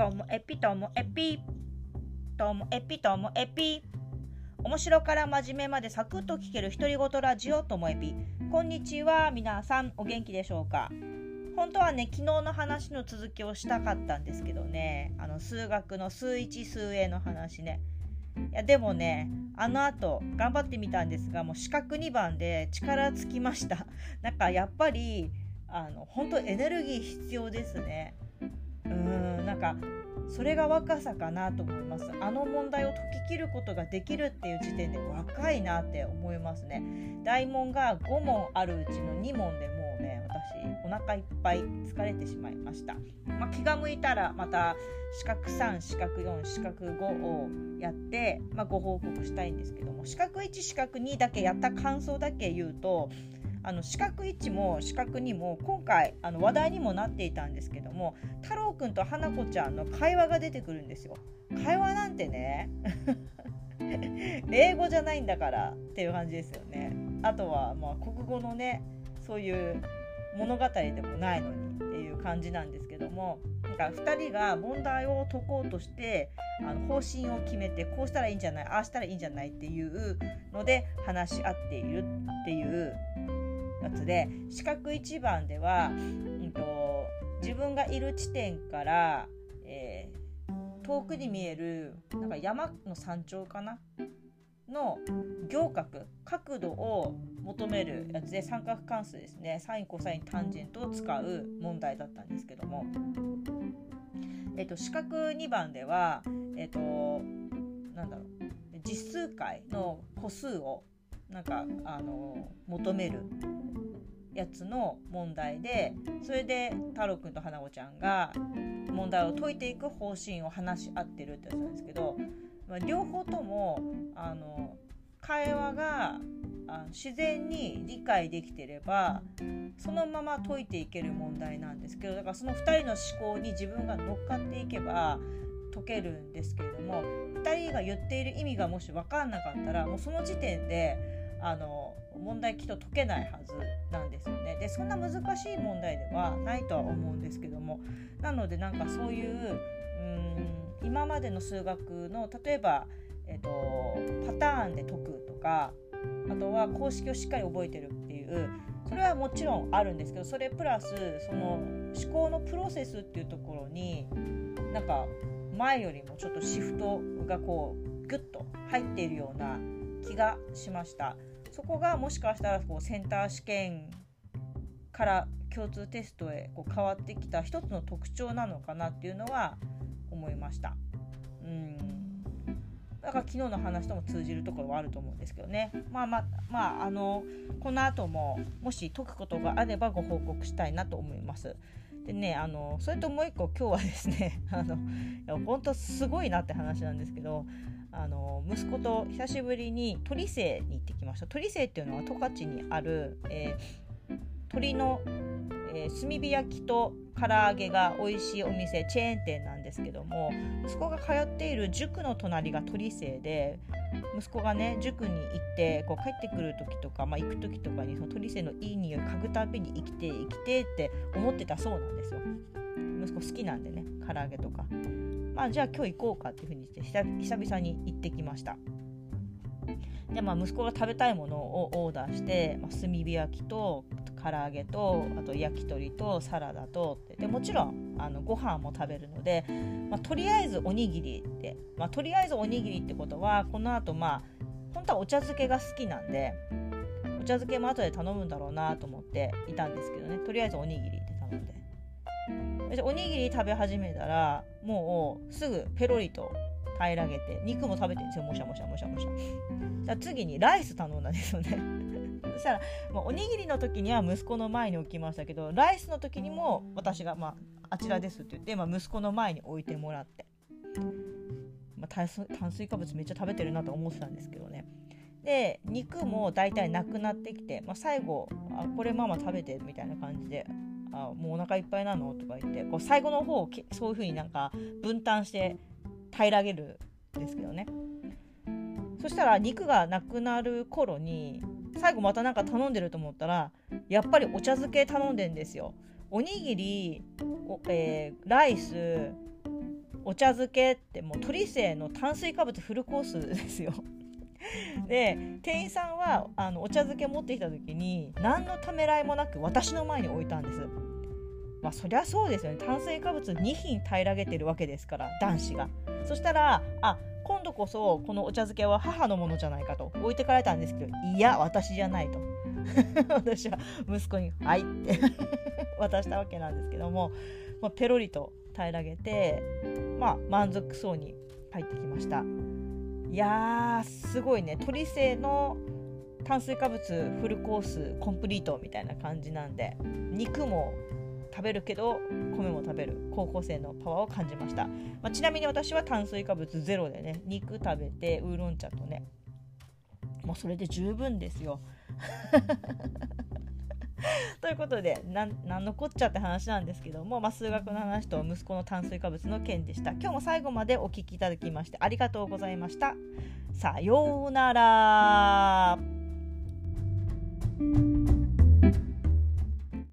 ともエピともエピともエピともエピ、面白から真面目までサクッと聞ける独り言ラジオともエピ。こんにちは、皆さんお元気でしょうか。本当はね、昨日の話の続きをしたかったんですけどね、数学の数1数 A の話ね。いやでもね、あの後頑張ってみたんですが、もう四角2番で力尽きました。なんかやっぱり本当エネルギー必要ですね。なんかそれが若さかなと思います。あの問題を解き切ることができるっていう時点で若いなって思いますね。大問が5問あるうちの2問でもうね、私お腹いっぱい疲れてしまいました。気が向いたらまた四角3、四角4、四角5をやって、ご報告したいんですけども、四角1、四角2だけやった感想だけ言うと、四角1も四角2も今回話題にもなっていたんですけども、太郎くんと花子ちゃんの会話が出てくるんですよ。会話なんてね英語じゃないんだからっていう感じですよね。あとは国語のね、そういう物語でもないのにっていう感じなんですけども、なんか2人が問題を解こうとして方針を決めて、こうしたらいいんじゃない、ああしたらいいんじゃないっていうので話し合っているっていうやつで、四角1番では、自分がいる地点から、遠くに見えるなんか山の山頂かなの仰角度を求めるやつで、三角関数ですね、サインコサインタンジェントを使う問題だったんですけども、四角2番では、実数解の個数を求めるやつの問題で、それで太郎くんと花子ちゃんが問題を解いていく方針を話し合ってるってやつなんですけど、両方とも会話が自然に理解できてればそのまま解いていける問題なんですけど、だからその2人の思考に自分が乗っかっていけば解けるんですけれども、2人が言っている意味がもし分かんなかったらもうその時点で問題きっと解けないはずなんですよね。でそんな難しい問題ではないとは思うんですけども、なのでなんかそういう今までの数学の例えば、パターンで解くとか、あとは公式をしっかり覚えてるっていう、それはもちろんあるんですけど、それプラスその思考のプロセスっていうところになんか前よりもちょっとシフトがこうグッと入っているような気がしました。そこがもしかしたらセンター試験から共通テストへ変わってきた一つの特徴なのかなっていうのは思いました。だから昨日の話とも通じるところはあると思うんですけどね。この後ももし解くことがあればご報告したいなと思います。でね、それともう一個今日はですね本当すごいなって話なんですけど、息子と久しぶりに鳥生に行ってきました。鳥生っていうのは十勝にある、鳥の、炭火焼きと唐揚げが美味しいお店、チェーン店なんですけども、息子が通っている塾の隣が鳥生で、息子がね塾に行って帰ってくる時とか、行く時とかにその鳥生のいい匂い嗅ぐたびに生きてって思ってたそうなんですよ。息子好きなんでね、唐揚げとか。じゃあ今日行こうかっていうふうにして久々に行ってきました。で息子が食べたいものをオーダーして、炭火焼きと唐揚げと、あと焼き鳥とサラダとで、もちろんご飯も食べるので、とりあえずおにぎりって、とりあえずおにぎりってことはこの後本当はお茶漬けが好きなんで、お茶漬けも後で頼むんだろうなと思っていたんですけどね、とりあえずおにぎりって頼んで、おにぎり食べ始めたらもうすぐペロリと平らげて、肉も食べてるんですよ、もしゃもしゃもしゃもしゃ。じゃあ次にライス頼んだんですよねそしたらおにぎりの時には息子の前に置きましたけど、ライスの時にも私があちらですって言って、息子の前に置いてもらって、炭水化物めっちゃ食べてるなと思ってたんですけどね。で肉もだいたいなくなってきて、最後これママ食べてみたいな感じで、もうお腹いっぱいなのとか言って、最後の方をそういう風になんか分担して平らげるんですけどね。そしたら肉がなくなる頃に最後またなんか頼んでると思ったら、やっぱりお茶漬け頼んでんですよ。おにぎり、ライス、 お茶漬けってもう鳥生の炭水化物フルコースですよ。で店員さんはお茶漬け持ってきた時に何のためらいもなく私の前に置いたんです。まあそりゃそうですよね。炭水化物2品平らげてるわけですから、男子が。そしたら今度こそこのお茶漬けは母のものじゃないかと置いてかれたんですけど、いや私じゃないと私は息子にはいって渡したわけなんですけども、ペロリと平らげて、満足そうに帰ってきました。いやーすごいね。鳥生の炭水化物フルコースコンプリートみたいな感じなんで、肉も食べるけど米も食べる高校生のパワーを感じました。ちなみに私は炭水化物ゼロでね、肉食べてウーロン茶とね、もうそれで十分ですよということでなんのこっちゃって話なんですけども、数学の話と息子の炭水化物の件でした。今日も最後までお聞きいただきましてありがとうございました。さようなら。